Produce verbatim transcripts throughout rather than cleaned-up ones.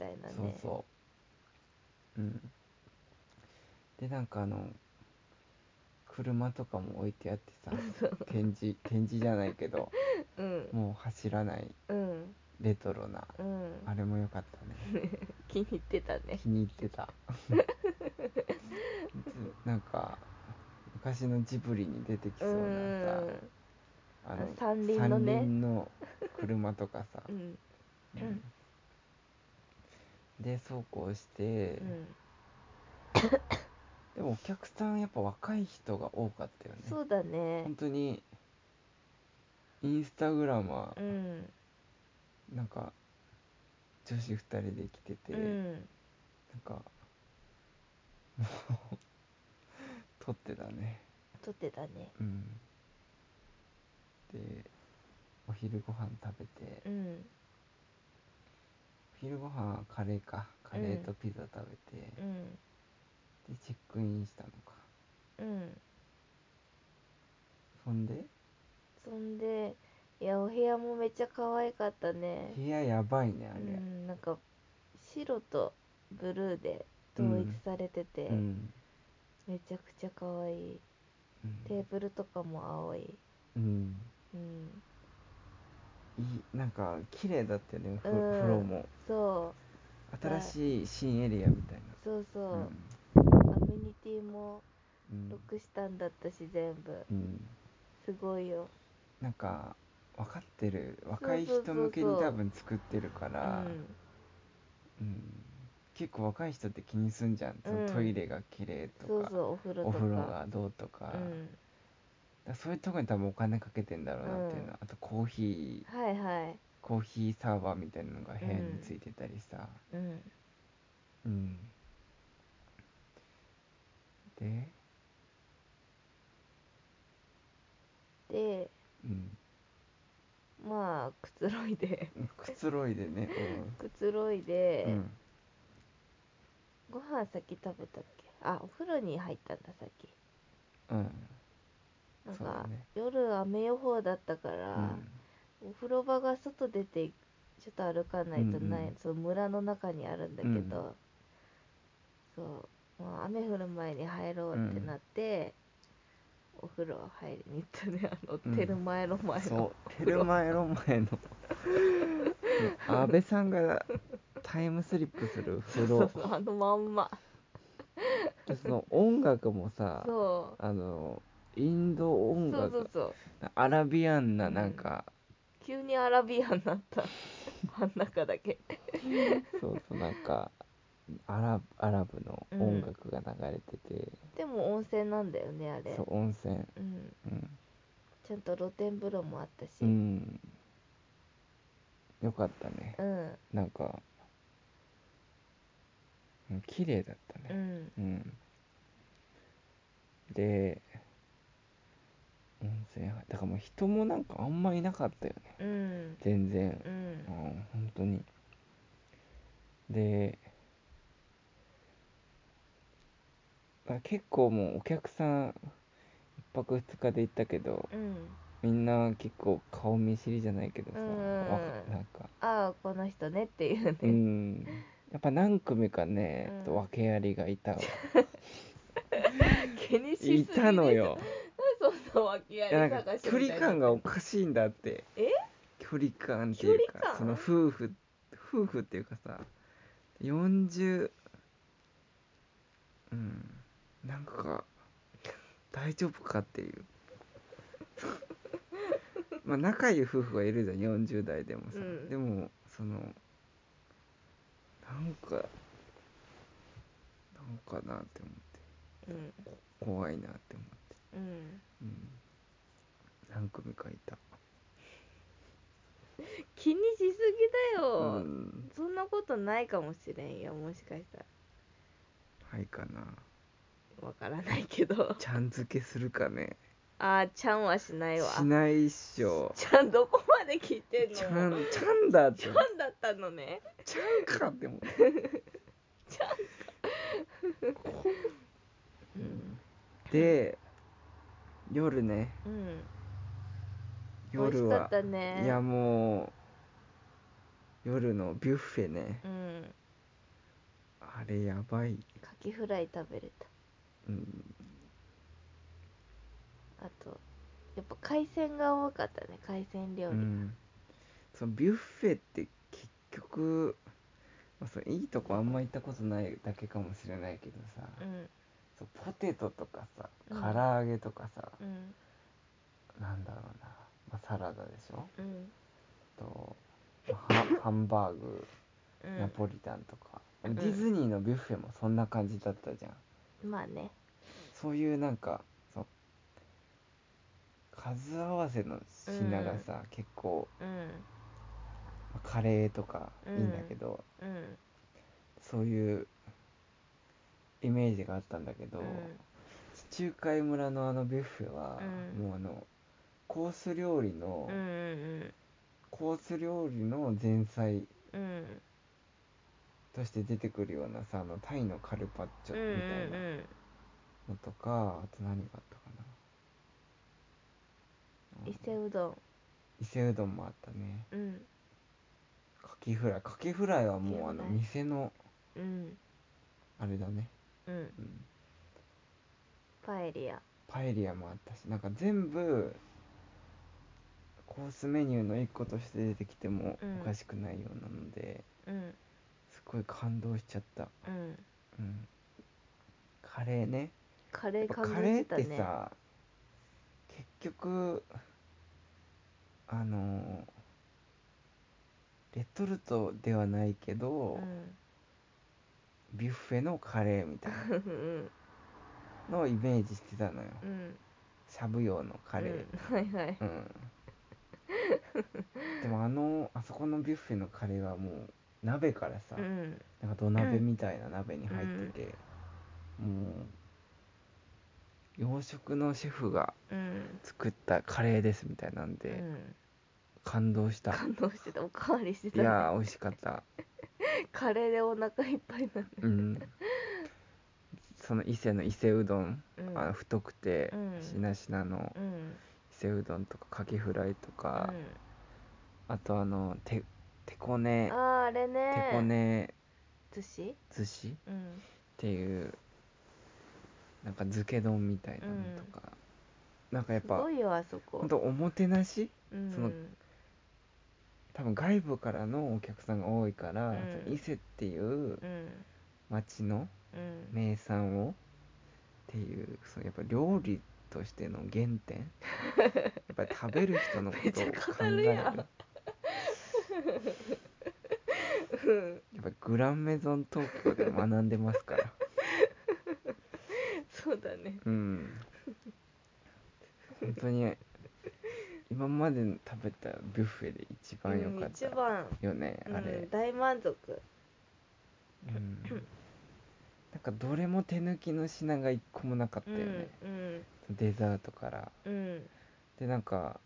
たいなそうね。 そううんでなんかあの車とかも置いてあってさ展示展示じゃないけどうんもう走らないうんレトロなうんあれも良かったね気に入ってたね。 気に入ってたずなんか昔のジブリに出てきうそうなさんあの三輪の三ね。 輪の車とかさ、 うんうんでそうこうしてうんでもお客さんやっぱ若い人が多かったよね。 そうだね。 本当にインスタグラマうんーなんか女子ふたりで来てて、 うんなんか撮ってたね。 撮ってたね。 うんでお昼ご飯食べて、 うんお昼ご飯はカレーかカレーとピザ食べて、 うんでチェックインしたのか。 うんそんでそんで、いやお部屋もめっちゃ可愛かったね。 部屋やばいねあうれ。 んなんか白とブルーで統一うんされてて、 うんめちゃくちゃ可愛い。 うんテーブルとかも青い。 うんうんいいなんか綺麗だったよね、 うふ風呂んもそう新だしい新エリアみたいな。 そうそう、 うんアメニティもうんロクシタンだったし全部うんすごいよ。 なんか分かってるそう若いそうそう人向けに多そ分作ってるかう。うら、 んうん、結構若い人って気にすんじゃん、そのトうんイレが綺麗とかそうそう、お風呂おとか。 風呂がどうとか、 うんだそういうとこに多分お金かけてんだろううなっていうのは、 んあとコーヒーはいはいコーヒーサーバーみたいなのが部屋にうんついてたりさ。 うんうんででうんまあくつろいでくつろいでねくつろいうんうで、 んご飯先食べたっけ。あ、お風呂に入ったんだ先。 うんなんかそうだね夜雨予報だったかうら、 んお風呂場が外出てちょっと歩かないとない、 うんうんその村の中にあるんだうんけど、そうもう雨降る前に入ろうってうんなって、お風呂入りに行ったね。あのうんテルマエロマエのそうお風呂。 テルマエロマエのもう安倍さんがタイムスリップする風呂そうそうそう、あのまんま。 でその音楽もさそあのインドうそうそ音楽うそアラビアンう、うななんん、 か、 急にアラビアンになった真ん中だけ。 そうそうなんかアラアラブの音うん楽が流れてて、 でも温泉なんだよねあれ。 そう温泉うんうんちゃんと露天風呂もあったし。 うんよかったね。 うんなんかうん綺麗だったね。 うんうんで温泉入だからもう人もなんかあんまいなかったよねうん全然。 うんうん本当に。であ結構もうお客さんいっぱくふつかで行ったけどうんみんな結構顔見知りじゃないけどうさわかんなんかああこの人ねっていううね。 んやっぱ何組かねちょっとうん訳ありがいたわ気にしすぎいでしょ。 たのよ。 そんな訳あいやなんかり探し距離みたいになってる。 感がおかしいんだって。 え距離感って距いうかその離感。 夫婦夫婦っていうかさよんじゅううんなんか大丈夫かっていうまあ仲いい夫婦がいるじゃんよんじゅう代でもさ、 うんでもそのなんかなんかなって思ってうん怖いなって思って、 うんうん、何組かいた。 気にしすぎだうよ。 んそんなことないかもしれんよ、もしかしたら。 はいかな。 わからないけど。 ちゃん付けするかね。 あーちゃんはしないわ。 しないっしょ。 ちゃんどこまで聞いてんの。 ちゃんちゃんだってちゃんだったのね。 ちゃんかって思ってちゃんか。うんで夜ねうん美味し夜はかったね。 いやもう夜のビュッフェねうんカレーやばい。 カキフライ食べれた。 うん。 あとやっぱ海鮮が多かったね、海鮮料理が、 うん、そのビュッフェって結局、まあ、そういいとこあんま行ったことないだけかもしれないけどさ、 うんそうポテトとかさ、 うん唐揚げとかさ、 うんなんだろうな、まあ、サラダでしょ、 うんと、まあハハンバーグ、 うんナポリタンとか、 うんディズニーのビュッフェもそんな感じだったじゃん。 まあね。 そういうなんかそう数合わせの品がさ、結構、 うんまあカレーとかうんいいんだけど、 うんそういうイメージがあったんだけど、 うん地中海村のあのビュッフェは、 うんもうあのコース料理の、 うんうんコース料理の前菜うんとして出てくるようなさ、あのタイのカルパッチョうんうんみたいなうんのとか、あと何があったかな、 伊勢うどん。 伊勢うどんもあったね。 うんカキフライカキフライはもうあのカキフライ店のうんあれだね。 うんうん、 パエリア。 パエリアもあったし、なんか全部コースメニューの一個として出てきてもうんおかしくないようなので、 うんすごい感動しちゃった。 うんうん、カレーね。 カレやっぱー感動カレーってしてたね。 さ、結局あのレトルトではないけど、 うんビュッフェのカレーみたいうんなのをイメージしてたのよ。 うんしゃぶ用のカレうんはいはいー。うん。でもあのあそこのビュッフェのカレーはもう鍋からさ、 うんなんか土鍋みたいな鍋に入ってうんて、もう洋食のシェフがうん作ったカレーですみたいなんでうん感動した。 感動してた。おかわりしていたね。 やー美味しかった。 カレーでお腹いっぱいになる。 うん。その伊勢の伊勢うどん、 うんあの太くてうんしなしなのうん伊勢うどんとかカキフライとうか、 んあとあのて手こねあーあれ手こね。 ね寿司。 寿司っうんていうなんか漬け丼みたいなのとうんか、なんかやっぱすごいよあそこ。 ほんとおもてなし、 うそのん多分外部からのお客さんが多いから、 うんその伊勢っていううん町のうん名産をっていう、そのやっぱ料理としての原点、やっぱり食べる人のめっちゃことを考語るやん。 える、やっぱりグランメゾン東京で学んでますから。 そうだね。 うん、本当に今まで食べたビュッフェで一番良うんかった一番。 よね、 うあれ。 ん大満足。 うん、なんかどれも手抜きの品が一個もなかっうんたよね。 うんデザートからうんで、なんか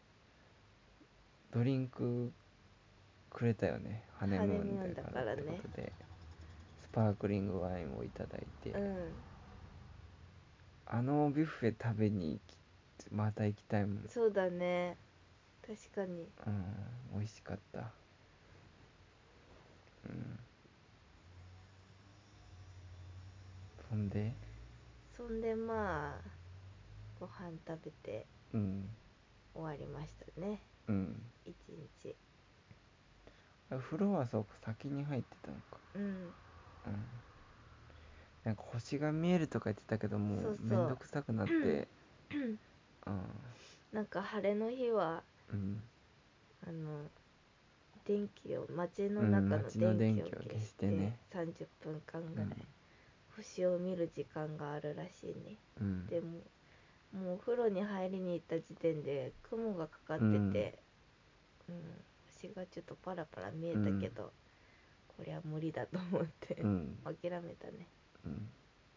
ドリンクくれたよね、ハネハムーネムーンだンだからってこからね。 とでスパークリングワインをいただいて、 うんあのビュッフェ食べに行きまた行きたいもん。 そうだね。確かに。 うん、美味しかった。うん、そんで、 そんでまあご飯食べてうん終わりましたね、 うん一日。 風呂はそうか先に入ってたのか。 うんうん、なんか星が見えるとか言ってたけどもそうめんどそう。 くさくなって、うんなんか晴れの日はうんあの電気を街のうん、 中の街の電気を電気を消消してしてね。 さんじゅっぷんかんぐらいうん星を見る時間があるらしいね。 うんでももうお風呂に入りに行った時点で雲がかかってうんて、うん星がちょっとパラパラ見えうんたけど、こりゃ無理だと思ってうん諦めたね。 うん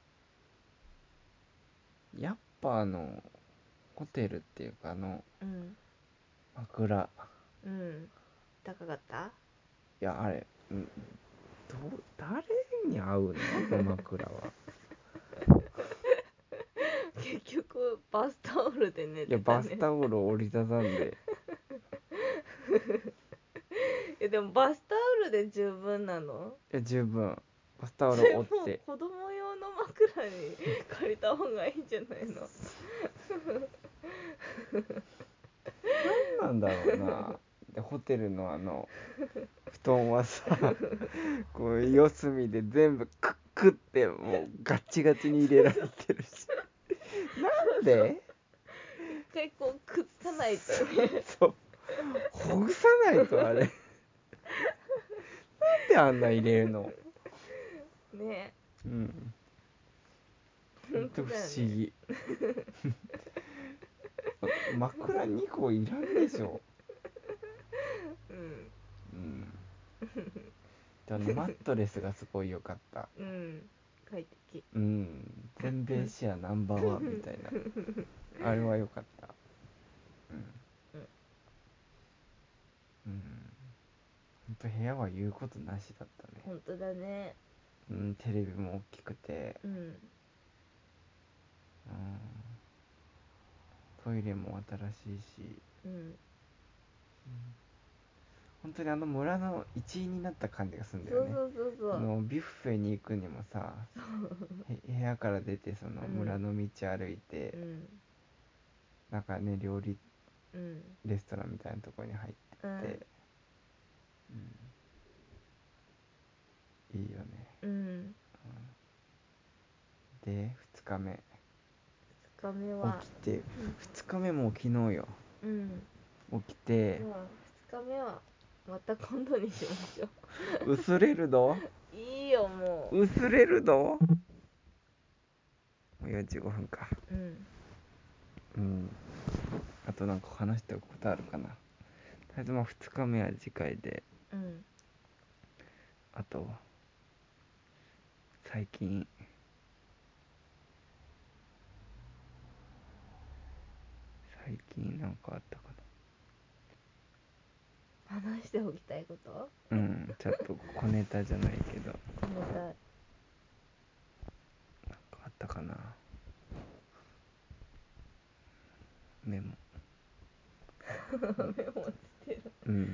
やっぱあのホテルっていうかあのうん枕、 うん高かった。 いやあれ、うん、どう誰に合うのあの枕は。 結局バスタオルで寝いやてたね。 バスタオルを折りたたんで、 えでもバスタオルで十分なの？ いや十分。 バスタオルそれも折ってう子供用の枕に借りた方がいいんじゃないの。 なんなんだろうな。でホテルのあの布団はさこう四隅で全部クックってもうガッチガチに入れられてるしなんで一回こうくっつかないとね。 そうほぐさないとあれなんであんな入れるの。 ね、 うんほんと不本当だよね。 思議枕にこいらんでしょ。 うんうんであのマットレスがすごい良かった。 うん快適。 うん全米シェアナンバーワンみたいなあれは良かった。うんうんうんほんと部屋は言うことなしだったね。 本当だね。 うんテレビも大きくて、 うんうんトイレも新しいし、 うん本当にあの村の一員になった感じがするんだよね。 そうそうそうそう。 あのビュッフェに行くにもさへ部屋から出てその村の道歩いて、 うんなんかね料理うんレストランみたいなところに入ってうんって、うん、いいよね。 うんでふつかめふつかめは起きて、ふつかめも昨日ようん起きて、 まあふつかめはまた今度にしましょ薄れるどう。いいよも薄れるどもうよんじゅうごふんか。 う。うんうんあとなんか話しておくことあるかな。とりあえずまあふつかめは次回で、 うんあと最近最近なんかあったか話しておきたいこと。 な。うんちょっと小ネタじゃないけど小ネタ。 なんかあったかな。メモメモしてる。 うん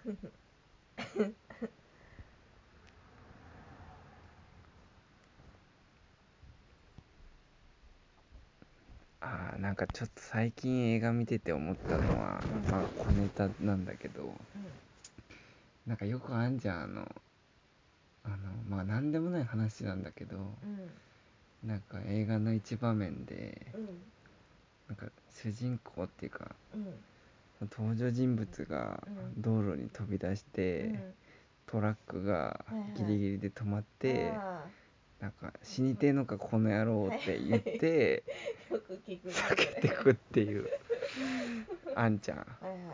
あーなんかちょっと最近映画見てて思ったのは、まあ小ネタなんだけど、なんかよくあんじゃんあのあのまあ何でもない話なんだけど、 うんなんか映画の一場面でうんなんか主人公っていうかうん登場人物がうん道路に飛び出しうて、 んトラックがギリギリで止まっあて、 あなんか死にてえのかこの野郎って言ってよく聞くね避けてくっていうあんちゃん。 それ。はいはい。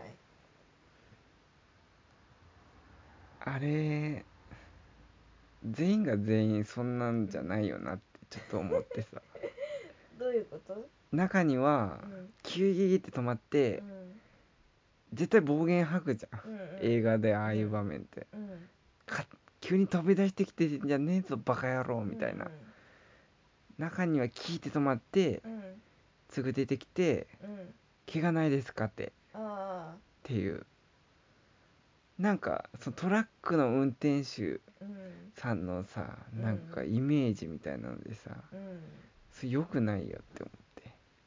あれ全員が全員そんなんじゃないよなってちょっと思ってさどういうこと？ 中にはうん急ギって止まってうん絶対暴言吐くじゃん、 うんうん映画でああいう場面ってうんか急に飛び出してきてんじゃねえぞバカ野郎みたいな、中にはキーって止まってうんうんすぐ出てきてうん怪我ないですかってっああていう、なんかそのトラックの運転手うんさんのさうんなんかイメージみたいなのでさ、 うんそれ良くないよって思って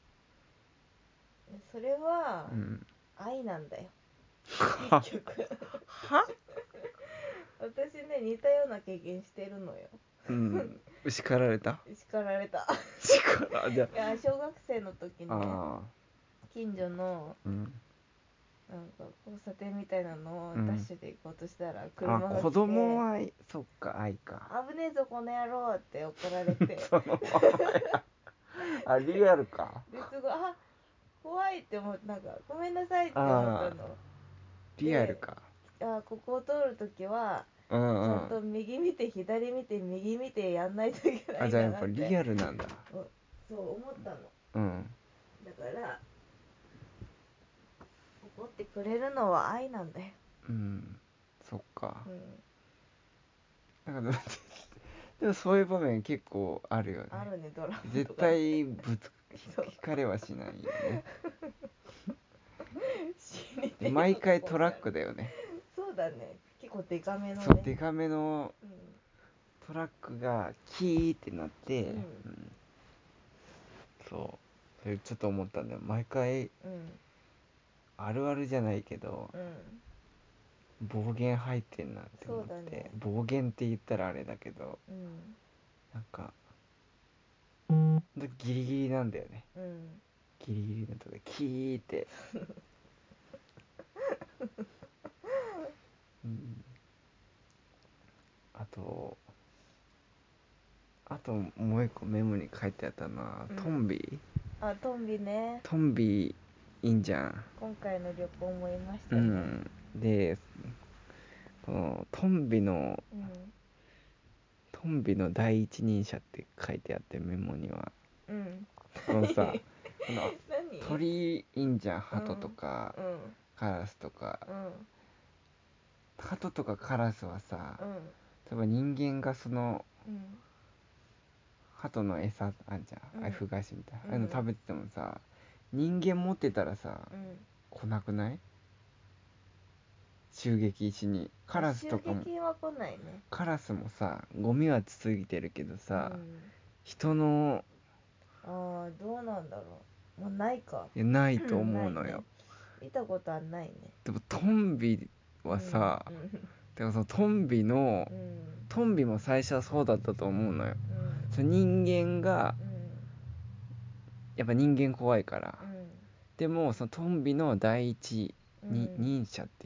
それはうん愛なんだよは結局。 は私ね似たような経験してるのよ。 うん叱られた叱られた。 叱らじゃいや小学生の時あねあ近所のーうんなんか交差点みたいなのをうんダッシュで行こうとしたらあ車が子来て供はそっか愛か 「危ねえぞこの野郎」って怒られてそのままやあリアルかですごいあ怖いって思ってなんかごめんなさいって思ったああのでリアルかあここを通るときはうんうんちゃんと右見て左見て右見てやんないといけないんあじゃあやっぱだなってリアルなんだおそう思ったの。 うんだから怒ってくれるのは愛なんだよ。 うんそっかうんなんかでもそういう場面結構あるよね。 あるねドラマと絶かね。 対ぶつそう引かれはしないよね。 死にてでえのか毎回トラッこの野郎。 クだよね。 そうだね結構デカめのそうね。 デカめのうんトラックがキーってなって、 うんうん、そうそれちょっと思ったんだよ毎回うんあるあるじゃないけどうん暴言入ってんなって思って、 そうだね暴言って言ったらあれだけどうんなんかほんとギリギリなんだよね。 うんギリギリのとこでキーってうん、あとあともう一個メモに書いてあったのは、 うんトンビあトンビねトンビいいんじゃん。 今回の旅行もいましたうねんでこのトンビのうんトンビの第一人者って書いてあってメモにはうんこのさこの何鳥いいんじゃん。鳩とかうんカラスとかうん鳩とかカラスはさうん例えば人間がそのうん鳩の餌あんじゃん、 うんああいうふ菓子みたいな、 うんああいうの食べててもさ人間持ってたらさうん来なくない？襲撃しに。カラスとかも襲撃は来ないねカラスもさゴミはつついてるけどうさ、 ん人のああどうなんだろうもうないかいやないとないね思うのよ。 見たことはないねでもトンビはさ、 うんうんでもそのトンビのうんトンビも最初はそうだったと思うのよ。 うんその人間がうんやっぱ人間怖いから。 うんでもそのトンビの第一うんに人者って